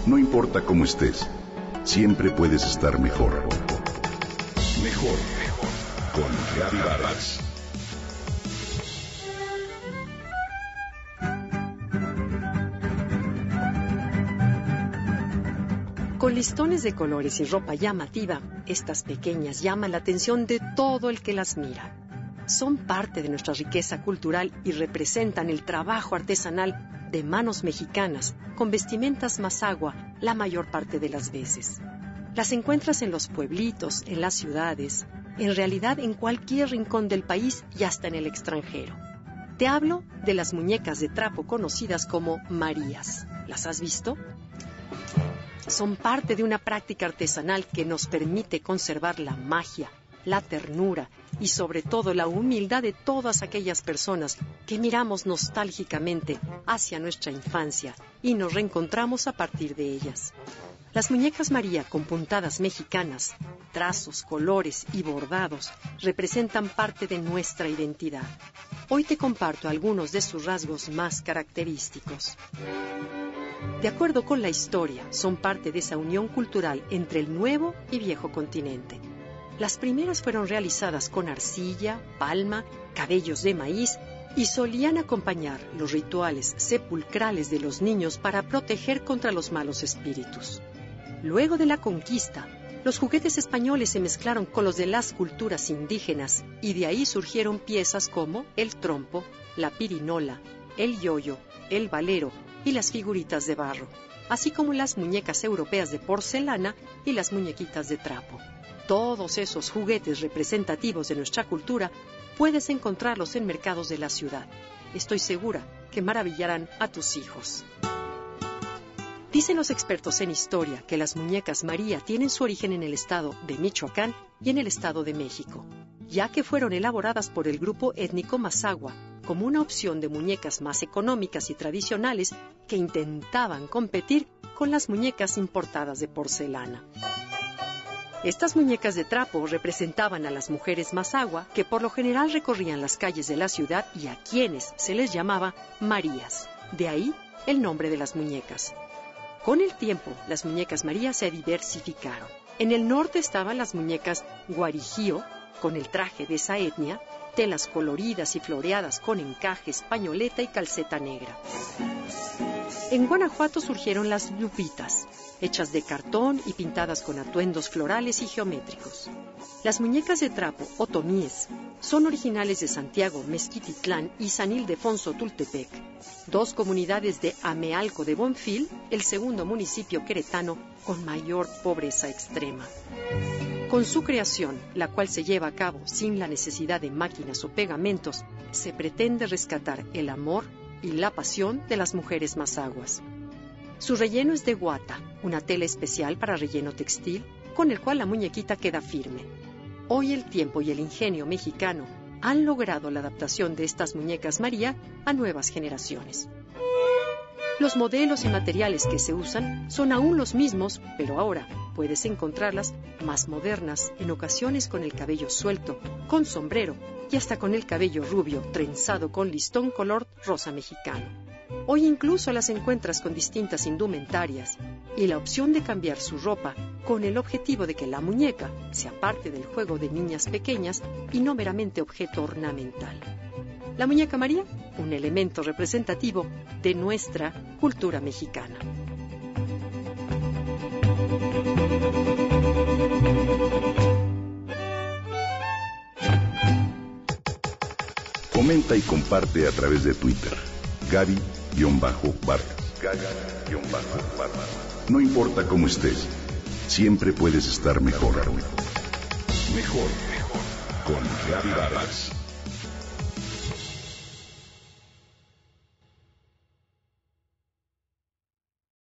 No importa cómo estés, siempre puedes estar mejor. Mejor, mejor. Con Gaby Vargas. Con listones de colores y ropa llamativa, estas pequeñas llaman la atención de todo el que las mira. Son parte de nuestra riqueza cultural y representan el trabajo artesanal de manos mexicanas con vestimentas mazahua la mayor parte de las veces. Las encuentras en los pueblitos, en las ciudades, en realidad en cualquier rincón del país y hasta en el extranjero. Te hablo de las muñecas de trapo conocidas como Marías. ¿Las has visto? Son parte de una práctica artesanal que nos permite conservar la magia, la ternura y sobre todo la humildad de todas aquellas personas que miramos nostálgicamente hacia nuestra infancia y nos reencontramos a partir de ellas. Las muñecas María con puntadas mexicanas, trazos, colores y bordados representan parte de nuestra identidad. Hoy te comparto algunos de sus rasgos más característicos. De acuerdo con la historia, son parte de esa unión cultural entre el nuevo y viejo continente. Las primeras fueron realizadas con arcilla, palma, cabellos de maíz y solían acompañar los rituales sepulcrales de los niños para proteger contra los malos espíritus. Luego de la conquista, los juguetes españoles se mezclaron con los de las culturas indígenas y de ahí surgieron piezas como el trompo, la pirinola, el yoyo, el valero y las figuritas de barro, así como las muñecas europeas de porcelana y las muñequitas de trapo. Todos esos juguetes representativos de nuestra cultura puedes encontrarlos en mercados de la ciudad. Estoy segura que maravillarán a tus hijos. Dicen los expertos en historia que las muñecas María tienen su origen en el estado de Michoacán y en el estado de México, ya que fueron elaboradas por el grupo étnico mazahua como una opción de muñecas más económicas y tradicionales que intentaban competir con las muñecas importadas de porcelana. Estas muñecas de trapo representaban a las mujeres mazahua que por lo general recorrían las calles de la ciudad y a quienes se les llamaba Marías. De ahí el nombre de las muñecas. Con el tiempo, las muñecas María se diversificaron. En el norte estaban las muñecas guarijío, con el traje de esa etnia, telas coloridas y floreadas con encajes, pañoleta y calceta negra. En Guanajuato surgieron las lupitas, hechas de cartón y pintadas con atuendos florales y geométricos. Las muñecas de trapo, otomíes, son originales de Santiago, Mezquititlán y San Ildefonso, Tultepec, dos comunidades de Amealco de Bonfil, el segundo municipio queretano con mayor pobreza extrema. Con su creación, la cual se lleva a cabo sin la necesidad de máquinas o pegamentos, se pretende rescatar el amor y la pasión de las mujeres mazahuas. Su relleno es de guata, una tela especial para relleno textil, con el cual la muñequita queda firme. Hoy el tiempo y el ingenio mexicano han logrado la adaptación de estas muñecas María a nuevas generaciones. Los modelos y materiales que se usan son aún los mismos, pero ahora puedes encontrarlas más modernas, en ocasiones con el cabello suelto, con sombrero y hasta con el cabello rubio, trenzado con listón color rosa mexicano. Hoy incluso las encuentras con distintas indumentarias y la opción de cambiar su ropa con el objetivo de que la muñeca sea parte del juego de niñas pequeñas y no meramente objeto ornamental. La muñeca María, un elemento representativo de nuestra cultura mexicana. Comenta y comparte a través de Twitter. Gaby-Vargas. No importa cómo estés, siempre puedes estar mejor. Mejor, mejor. Con Gaby Vargas.